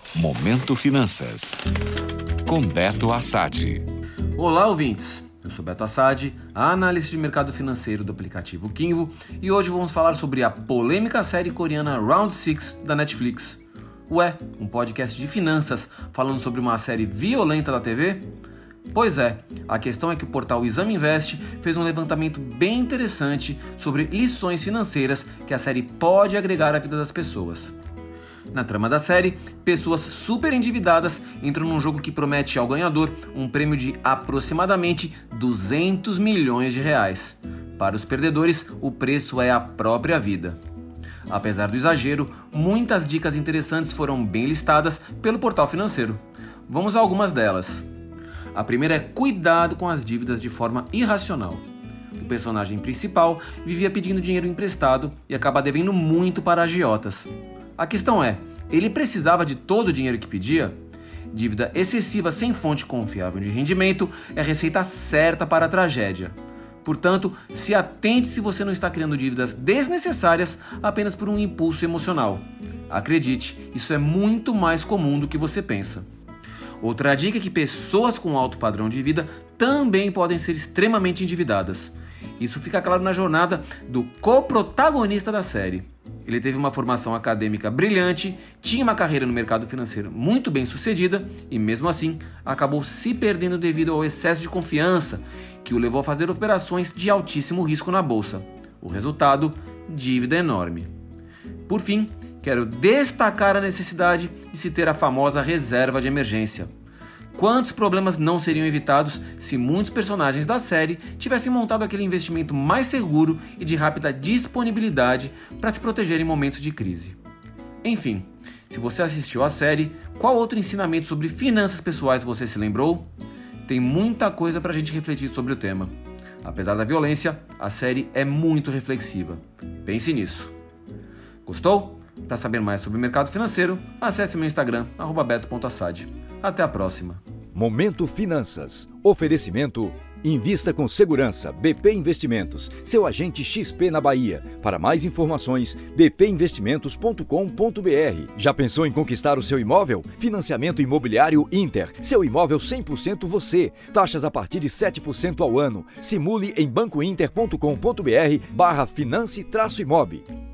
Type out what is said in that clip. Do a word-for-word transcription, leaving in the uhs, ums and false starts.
Momento Finanças, com Beto Assad. Olá, ouvintes! Eu sou Beto Assad, analista de mercado financeiro do aplicativo Kinvo, e hoje vamos falar sobre a polêmica série coreana Round Six da Netflix. Ué, um podcast de finanças falando sobre uma série violenta da T V? Pois é, a questão é que o portal Exame Invest fez um levantamento bem interessante sobre lições financeiras que a série pode agregar à vida das pessoas. Na trama da série, pessoas super endividadas entram num jogo que promete ao ganhador um prêmio de aproximadamente duzentos milhões de reais. Para os perdedores, o preço é a própria vida. Apesar do exagero, muitas dicas interessantes foram bem listadas pelo portal financeiro. Vamos a algumas delas. A primeira é cuidado com as dívidas de forma irracional. O personagem principal vivia pedindo dinheiro emprestado e acaba devendo muito para agiotas. A questão é, ele precisava de todo o dinheiro que pedia? Dívida excessiva sem fonte confiável de rendimento é a receita certa para a tragédia. Portanto, se atente se você não está criando dívidas desnecessárias apenas por um impulso emocional. Acredite, isso é muito mais comum do que você pensa. Outra dica é que pessoas com alto padrão de vida também podem ser extremamente endividadas. Isso fica claro na jornada do coprotagonista da série. Ele teve uma formação acadêmica brilhante, tinha uma carreira no mercado financeiro muito bem sucedida e, mesmo assim, acabou se perdendo devido ao excesso de confiança que o levou a fazer operações de altíssimo risco na bolsa. O resultado, dívida enorme. Por fim, quero destacar a necessidade de se ter a famosa reserva de emergência. Quantos problemas não seriam evitados se muitos personagens da série tivessem montado aquele investimento mais seguro e de rápida disponibilidade para se proteger em momentos de crise? Enfim, se você assistiu à série, qual outro ensinamento sobre finanças pessoais você se lembrou? Tem muita coisa para a gente refletir sobre o tema. Apesar da violência, a série é muito reflexiva. Pense nisso. Gostou? Para saber mais sobre o mercado financeiro, acesse meu Instagram, arroba beto ponto assad. Até a próxima. Momento Finanças. Oferecimento. Invista com segurança. B P Investimentos. Seu agente X P na Bahia. Para mais informações, b p investimentos ponto com ponto b r. Já pensou em conquistar o seu imóvel? Financiamento Imobiliário Inter. Seu imóvel cem por cento você. Taxas a partir de sete por cento ao ano. Simule em bancointer ponto com ponto b r barra finance traço imob.